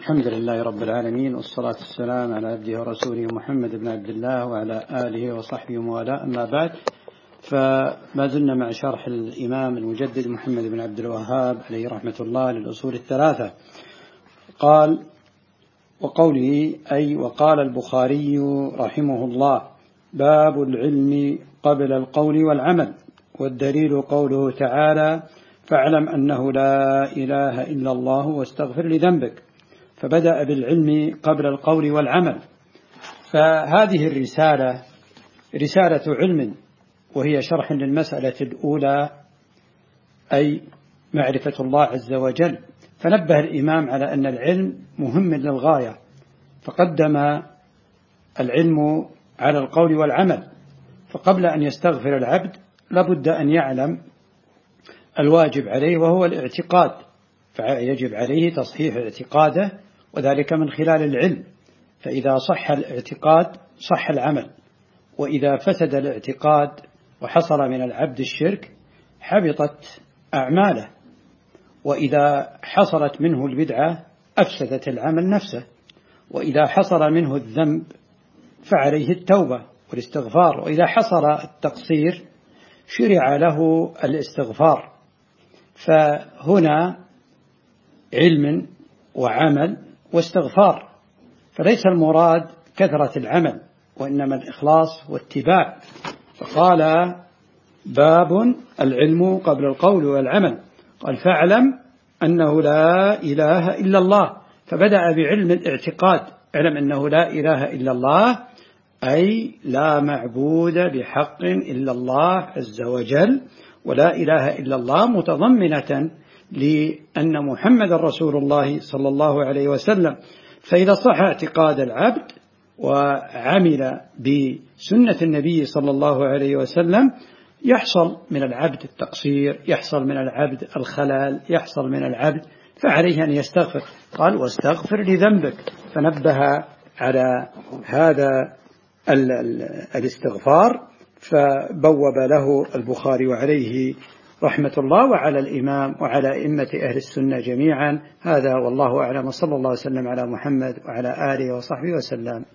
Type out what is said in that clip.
الحمد لله رب العالمين، والصلاة والسلام على عبده ورسوله محمد بن عبد الله وعلى آله وصحبه وموالاه، أما بعد. فما زلنا مع شرح الإمام المجدد محمد بن عبد الوهاب عليه رحمة الله للأصول الثلاثة. قال: وقوله أي وقال البخاري رحمه الله: باب العلم قبل القول والعمل. والدليل قوله تعالى: فاعلم أنه لا إله إلا الله واستغفر لذنبك. فبدأ بالعلم قبل القول والعمل. فهذه الرسالة رسالة علم، وهي شرح للمسألة الأولى، أي معرفة الله عز وجل. فنبه الإمام على أن العلم مهم للغاية، فقدم العلم على القول والعمل. فقبل أن يستغفر العبد لابد أن يعلم الواجب عليه، وهو الاعتقاد، فيجب عليه تصحيح اعتقاده، وذلك من خلال العلم. فإذا صح الاعتقاد صح العمل، وإذا فسد الاعتقاد وحصل من العبد الشرك حبطت أعماله، وإذا حصلت منه البدعة أفسدت العمل نفسه، وإذا حصل منه الذنب فعليه التوبة والاستغفار، وإذا حصل التقصير شرع له الاستغفار. فهنا علم وعمل واستغفار، فليس المراد كثرة العمل، وإنما الإخلاص واتباع. فقال: باب العلم قبل القول والعمل. قال: فاعلم أنه لا إله إلا الله. فبدأ بعلم الاعتقاد. اعلم أنه لا إله إلا الله، أي لا معبود بحق إلا الله عز وجل، ولا إله إلا الله متضمنة لأن محمد رسول الله صلى الله عليه وسلم. فإذا صح اعتقاد العبد وعمل بسنة النبي صلى الله عليه وسلم يحصل من العبد التقصير، يحصل من العبد الخلل، يحصل من العبد، فعليه أن يستغفر. قال: واستغفر لذنبك. فنبه على هذا الاستغفار، فبوب له البخاري وعليه رحمة الله، وعلى الإمام وعلى أئمة أهل السنة جميعا. هذا والله أعلم، صلى الله وسلم على محمد وعلى آله وصحبه وسلم.